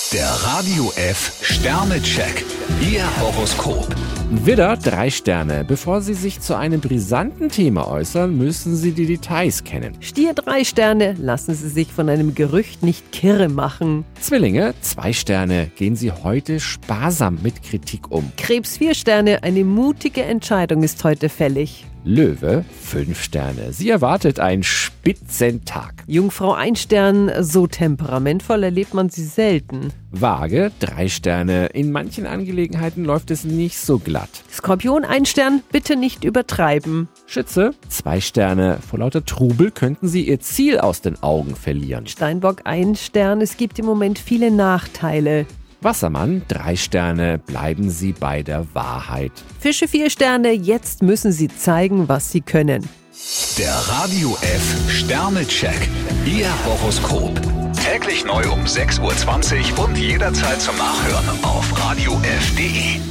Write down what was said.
Der Radio F Sternecheck. Ihr Horoskop. Widder, 3 Sterne. Bevor Sie sich zu einem brisanten Thema äußern, müssen Sie die Details kennen. Stier, 3 Sterne, lassen Sie sich von einem Gerücht nicht kirre machen. Zwillinge, 2 Sterne. Gehen Sie heute sparsam mit Kritik um. Krebs, 4 Sterne, eine mutige Entscheidung ist heute fällig. Löwe, 5 Sterne. Sie erwartet einen Spitzentag. Jungfrau, 1 Stern, so temperamentvoll erlebt man sie selten. Waage, 3 Sterne. In manchen Angelegenheiten läuft es nicht so glatt. Skorpion, 1 Stern, bitte nicht übertreiben. Schütze, 2 Sterne. Vor lauter Trubel könnten Sie Ihr Ziel aus den Augen verlieren. Steinbock, 1 Stern, es gibt im Moment viele Nachteile. Wassermann, 3 Sterne. Bleiben Sie bei der Wahrheit. Fische, 4 Sterne, jetzt müssen Sie zeigen, was Sie können. Der Radio F Sternecheck. Ihr Horoskop. Täglich neu um 6:20 Uhr und jederzeit zum Nachhören auf radiof.de.